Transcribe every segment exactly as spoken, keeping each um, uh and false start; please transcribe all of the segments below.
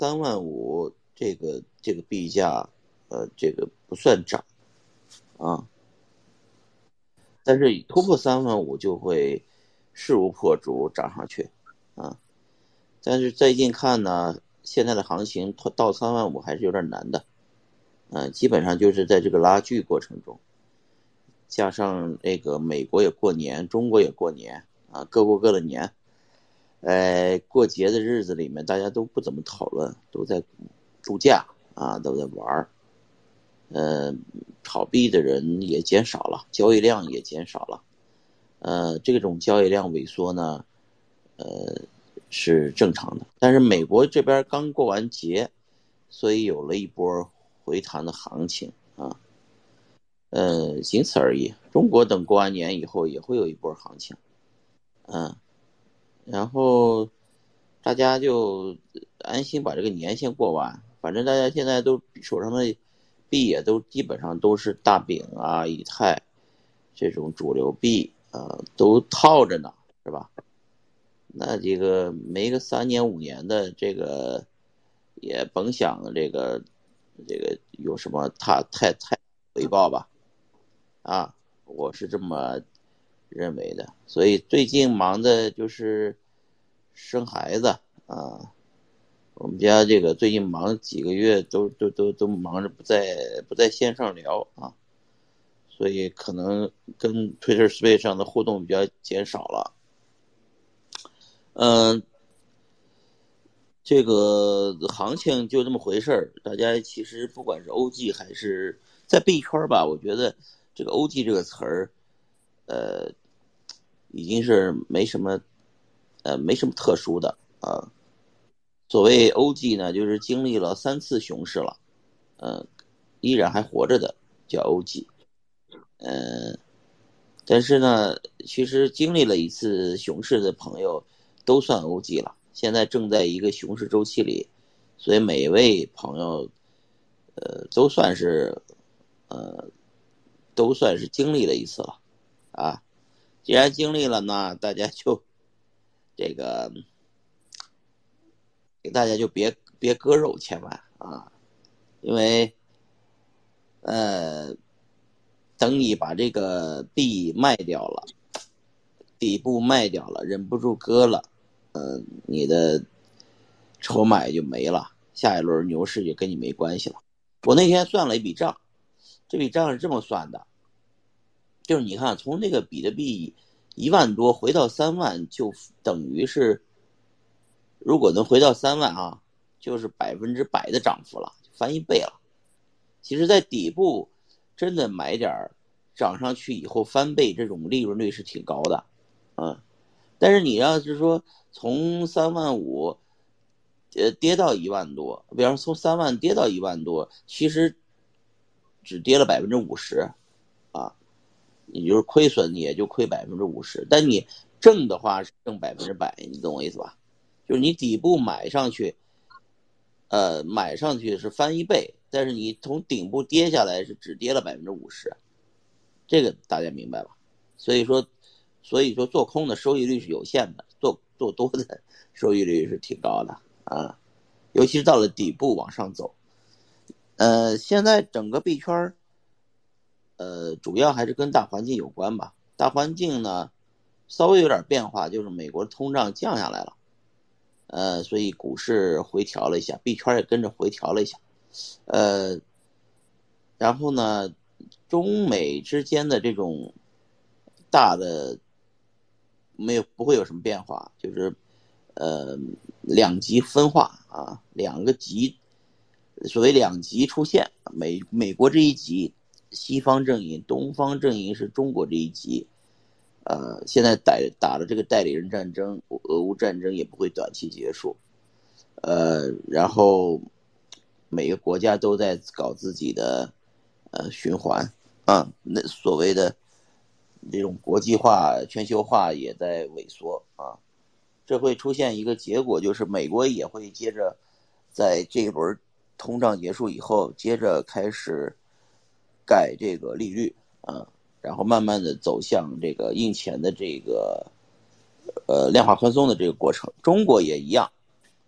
三万五这个这个币价，呃，这个不算涨啊，但是突破三万五就会势如破竹涨上去啊。但是最近看呢，现在的行情到三万五还是有点难的，嗯、呃，基本上就是在这个拉锯过程中，加上那个美国也过年，中国也过年啊，各过各的年。呃，过节的日子里面，大家都不怎么讨论，都在度假啊，都在玩儿。呃，炒币的人也减少了，交易量也减少了。呃，这种交易量萎缩呢，呃，是正常的。但是美国这边刚过完节，所以有了一波回弹的行情啊。呃，仅此而已。中国等过完年以后也会有一波行情，嗯、啊，然后大家就安心把这个年先过完。反正大家现在都手上的币也都基本上都是大饼啊、以太这种主流币啊、呃，都套着呢，是吧？那这个没个三年五年的，这个也甭想这个这个有什么太太太回报吧？啊，我是这么认为的。所以最近忙的就是生孩子啊。我们家这个最近忙几个月都都都都忙着不在不在线上聊啊，所以可能跟 Twitter Space 上的互动比较减少了。嗯，这个行情就这么回事儿。大家其实不管是 O G 还是在币圈吧，我觉得这个 O G 这个词儿，呃，已经是没什么呃没什么特殊的啊。所谓 O G 呢，就是经历了三次熊市了，嗯，依然还活着的叫 O G， 嗯，但是呢，其实经历了一次熊市的朋友都算 O G 了，现在正在一个熊市周期里，所以每一位朋友，呃，都算是，呃，都算是经历了一次了，啊，既然经历了呢，大家就这个，大家就别别割肉，千万啊，因为。呃，等你把这个币卖掉了，底部卖掉了，忍不住割了，嗯、呃，你的筹码就没了，下一轮牛市就跟你没关系了。我那天算了一笔账，这笔账是这么算的，就是你看从那个比特币一万多回到三万，就等于是如果能回到三万啊，就是百分之百的涨幅了，翻一倍了。其实在底部真的买点涨上去以后翻倍，这种利润率是挺高的，嗯。但是你要是说从三万五，呃，跌到一万多，比方说从三万跌到一万多，其实只跌了百分之五十，啊，你就是亏损也就亏百分之五十，但你挣的话是挣百分之百，你懂我意思吧？就是你底部买上去。呃，买上去是翻一倍，但是你从顶部跌下来是只跌了百分之五十，这个大家明白吧？所以说，所以说做空的收益率是有限的，做做多的收益率是挺高的啊，尤其是到了底部往上走。呃，现在整个币圈呃，主要还是跟大环境有关吧。大环境呢，稍微有点变化，就是美国通胀降下来了。呃，所以股市回调了一下，币圈也跟着回调了一下，呃，然后呢，中美之间的这种大的没有不会有什么变化，就是呃两极分化啊，两个极，所谓两极出现，美美国这一极，西方阵营，东方阵营是中国这一极。呃，现在打打的这个代理人战争，俄乌战争也不会短期结束。呃，然后每个国家都在搞自己的呃循环啊，那所谓的这种国际化、全球化也在萎缩啊，这会出现一个结果，就是美国也会接着在这一轮通胀结束以后，接着开始改这个利率啊，然后慢慢的走向这个印钱的这个呃量化宽松的这个过程。中国也一样。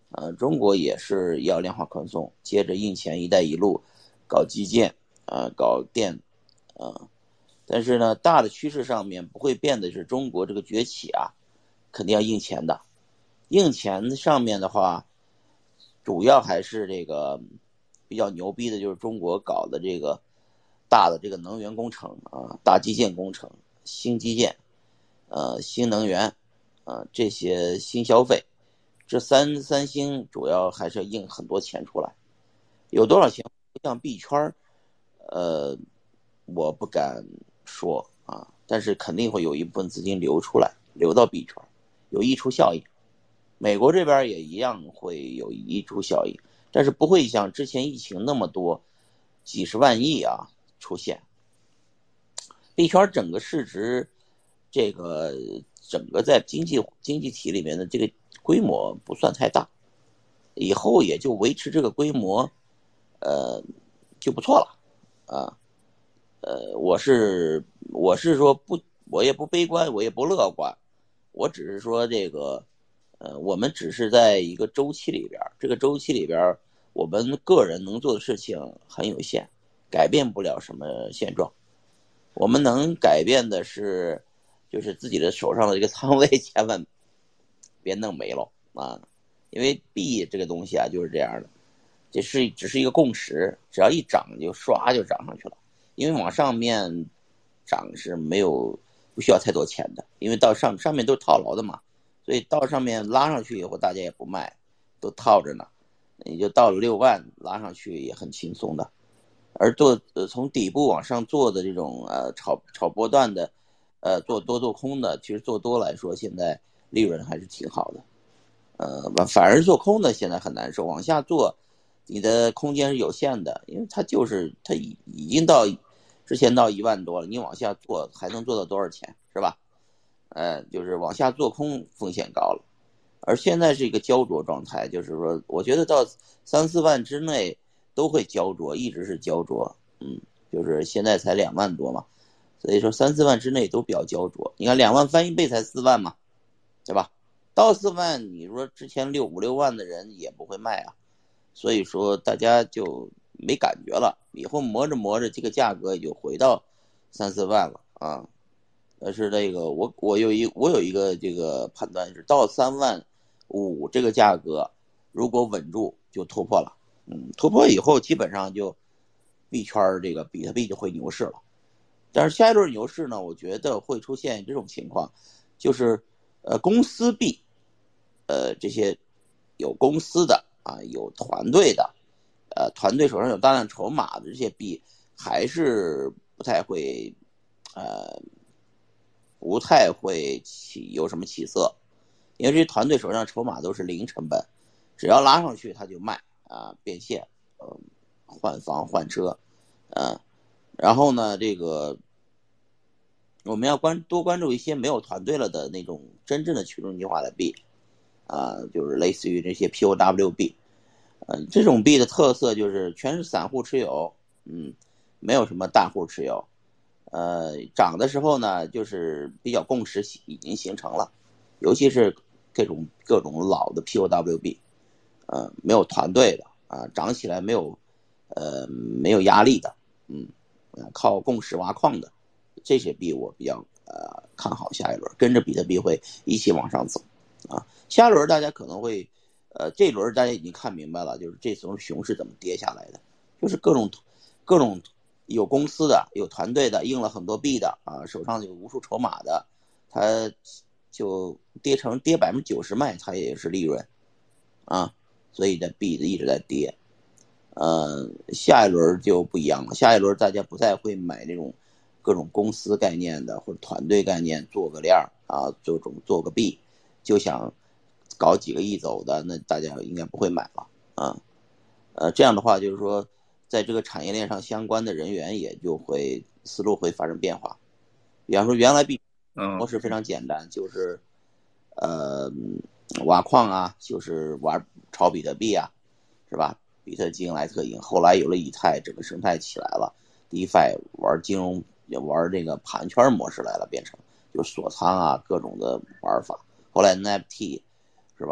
呃，中国也是要量化宽松，接着印钱一带一路，搞基建啊、呃，搞电啊、呃，但是呢，大的趋势上面不会变的是中国这个崛起啊，肯定要印钱的。印钱上面的话，主要还是这个比较牛逼的，就是中国搞的这个大的这个能源工程啊，大基建工程、新基建、呃新能源啊这些新消费，这三三星主要还是要印很多钱出来，有多少钱像币圈，呃，我不敢说啊，但是肯定会有一部分资金流出来，流到币圈，有溢出效应。美国这边也一样会有溢出效应，但是不会像之前疫情那么多，几十万亿啊出现。币圈整个市值，这个整个在经济经济体里面的这个规模不算太大，以后也就维持这个规模，呃，就不错了啊。呃，我是我是说不，我也不悲观，我也不乐观，我只是说这个。呃，我们只是在一个周期里边，这个周期里边，我们个人能做的事情很有限，改变不了什么现状。我们能改变的是，就是自己的手上的这个仓位，千万别弄没了啊！因为币这个东西啊，就是这样的，这是只是一个共识，只要一涨就唰就涨上去了。因为往上面涨是没有不需要太多钱的，因为到上上面都是套牢的嘛。所以到上面拉上去以后，大家也不卖，都套着呢，你就到了六万拉上去也很轻松的。而做呃从底部往上做的这种呃炒炒波段的，呃做多做空的，其实做多来说现在利润还是挺好的。呃，反而做空的现在很难受，往下做，你的空间是有限的，因为它就是它已已经到之前到一万多了，你往下做还能做到多少钱，是吧？呃，就是往下做空风险高了，而现在是一个焦灼状态，就是说，我觉得到三四万之内都会焦灼，一直是焦灼，嗯，就是现在才两万多嘛，所以说三四万之内都比较焦灼。你看两万翻一倍才四万嘛，对吧？到四万，你说之前六五六万的人也不会卖啊，所以说大家就没感觉了，以后磨着磨着，这个价格也就回到三四万了啊。但是这个我我有一我有一个这个判断是到三万五这个价格，如果稳住就突破了，嗯，突破以后基本上就币圈这个比特币就会牛市了。但是下一轮牛市呢，我觉得会出现这种情况，就是呃公司币，呃这些有公司的啊有团队的，呃团队手上有大量筹码的这些币还是不太会呃。不太会起有什么起色，因为这些团队手上筹码都是零成本，只要拉上去他就卖啊，变现，呃，换房换车，嗯，然后呢，这个我们要关多关注一些没有团队了的那种真正的去中心化的币啊，就是类似于这些 P O W 币，嗯、呃，这种币的特色就是全是散户持有，嗯，没有什么大户持有。呃，涨的时候呢，就是比较共识已经形成了，尤其是这种各种老的 P O W 币，呃，没有团队的啊，涨起来没有，呃，没有压力的，嗯，靠共识挖矿的这些币，我比较呃看好下一轮，跟着比特币会一起往上走啊。下一轮大家可能会，呃，这轮大家已经看明白了，就是这种熊市怎么跌下来的，就是各种各种。有公司的，有团队的，印了很多币的啊，手上有无数筹码的，它就跌成跌百分之九十卖，它也是利润啊，所以这币一直在跌。呃，下一轮就不一样了，下一轮大家不再会买那种各种公司概念的或者团队概念做个量啊，这种做个币，就想搞几个亿走的，那大家应该不会买了啊。呃，这样的话就是说。在这个产业链上相关的人员也就会思路会发生变化，比方说原来币模式非常简单，就是呃挖矿啊，就是玩炒比特币啊，是吧？比特金、莱特银，后来有了以太，整个生态起来了 ，DeFi 玩金融玩这个盘圈模式来了，变成就锁仓啊各种的玩法。后来 N F T 是吧？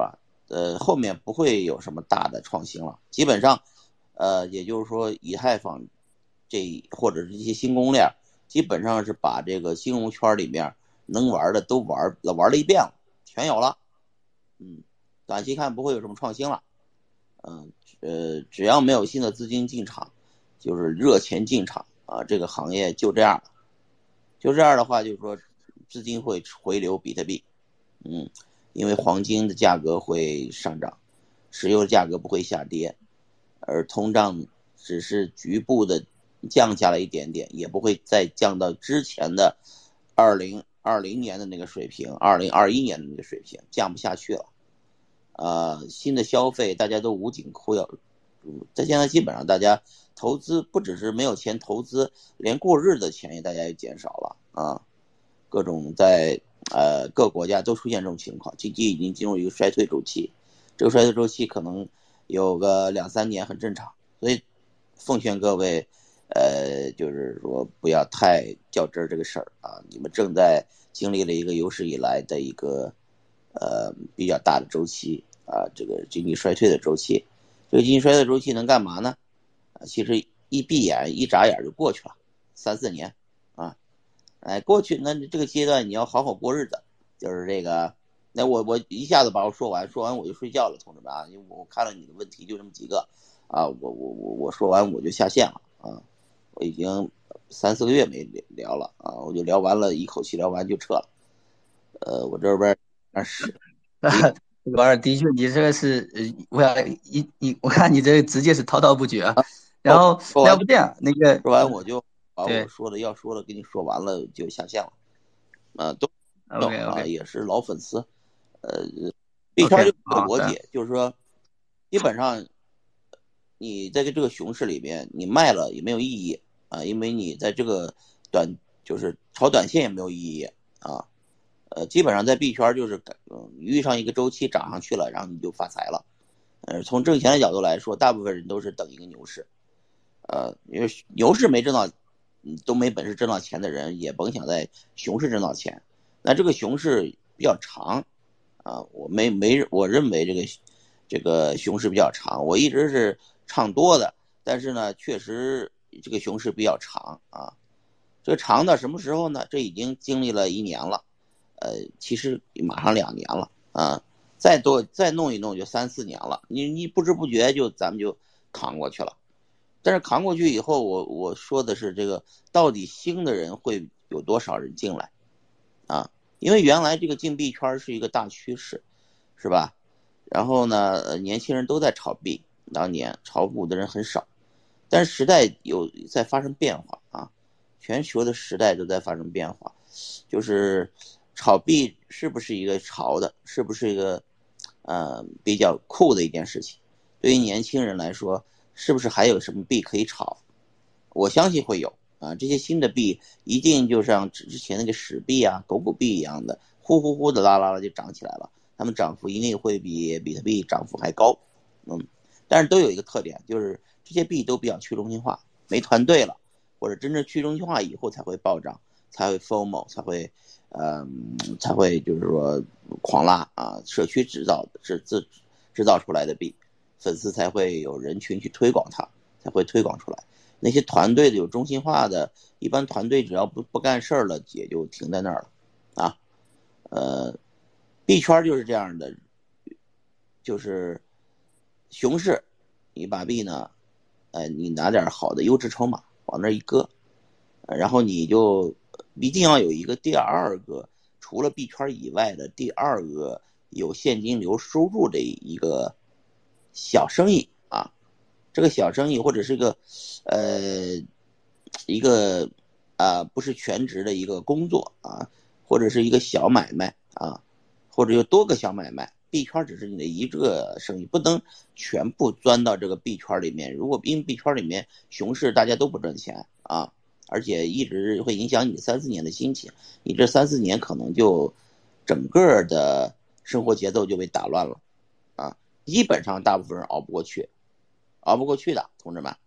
呃，后面不会有什么大的创新了，基本上，呃，也就是说，以太坊这或者是一些新公链，基本上是把这个金融圈里面能玩的都玩玩了一遍了，全有了。嗯，短期看不会有什么创新了。嗯，呃，只要没有新的资金进场，就是热钱进场啊，这个行业就这样。就这样的话，就是说资金会回流比特币。嗯。因为黄金的价格会上涨，石油的价格不会下跌，而通胀只是局部的降下来一点点，也不会再降到之前的二零二零年的那个水平，二零二一年的那个水平，降不下去了。呃，新的消费大家都无紧裤腰，在现在基本上大家投资不只是没有钱投资，连过日子的钱也大家也减少了啊，各种在。呃，各国家都出现这种情况，经济已经进入一个衰退周期，这个衰退周期可能有个两三年，很正常。所以，奉劝各位，呃，就是说不要太较真儿这个事儿啊。你们正在经历了一个有史以来的一个呃比较大的周期啊，这个经济衰退的周期。这个经济衰退周期能干嘛呢？啊，其实一闭眼一眨眼就过去了，三四年啊。哎，过去那这个阶段你要好好过日子，就是这个。那我我一下子把我说完，说完我就睡觉了，同志们啊，因为我看了你的问题就这么几个啊，我我我我说完我就下线了啊，我已经三四个月没聊了啊，我就聊完了，一口气聊完就撤了。呃，我这边二十， 王二的确，你这个是呃，我想一你我看你这个直接是滔滔不绝啊。然后说完要不这样，那个说完我就把我对说的要说的给你说完了就下线了。啊，都有 ，OK 啊， OK 也是老粉丝。呃，币 OK， 圈就一个好的， 逻辑，就是说，基本上你在这个熊市里面，你卖了也没有意义啊，因为你在这个短就是炒短线也没有意义啊。呃，基本上在币圈就是，嗯，遇上一个周期涨上去了，然后你就发财了。呃，从挣钱的角度来说，大部分人都是等一个牛市。呃，因为牛市没挣到，都没本事挣到钱的人，也甭想在熊市挣到钱。那这个熊市比较长啊，我没没我认为这个这个熊市比较长，我一直是唱多的，但是呢，确实这个熊市比较长啊。这个长到什么时候呢？这已经经历了一年了，呃，其实马上两年了啊，再多再弄一弄就三四年了，你你不知不觉就咱们就扛过去了。但是扛过去以后，我我说的是这个，到底新的人会有多少人进来啊？因为原来这个进币圈是一个大趋势，是吧？然后呢，年轻人都在炒币，当年炒股的人很少，但是时代有在发生变化啊，全球的时代都在发生变化，就是炒币是不是一个潮的，是不是一个呃比较酷的一件事情？对于年轻人来说，是不是还有什么币可以炒？我相信会有啊，这些新的币一定就像之前那个史币啊、狗狗币一样的，呼呼呼的啦啦啦就涨起来了，它们涨幅一定会比比特币涨幅还高。嗯，但是都有一个特点，就是这些币都比较去中心化，没团队了，或者真正去中心化以后才会暴涨，才会 F O M O， 才会呃才会就是说狂拉啊，社区制造制制制造出来的币。粉丝才会有人群去推广它，才会推广出来。那些团队的有中心化的，一般团队只要不不干事儿了，也就停在那儿了啊。呃，币圈就是这样的，就是熊市，你把币呢，呃，你拿点好的优质筹码往那一搁，然后你就一定要有一个第二个，除了币圈以外的第二个有现金流收入的一个小生意啊，这个小生意或者是一个呃一个啊、呃、不是全职的一个工作啊，或者是一个小买卖啊，或者有多个小买卖，币圈只是你的一个生意，不能全部钻到这个币圈里面。如果因为币圈里面熊市大家都不挣钱啊，而且一直会影响你三四年的心情，你这三四年可能就整个的生活节奏就被打乱了啊。基本上大部分人熬不过去，熬不过去的，同志们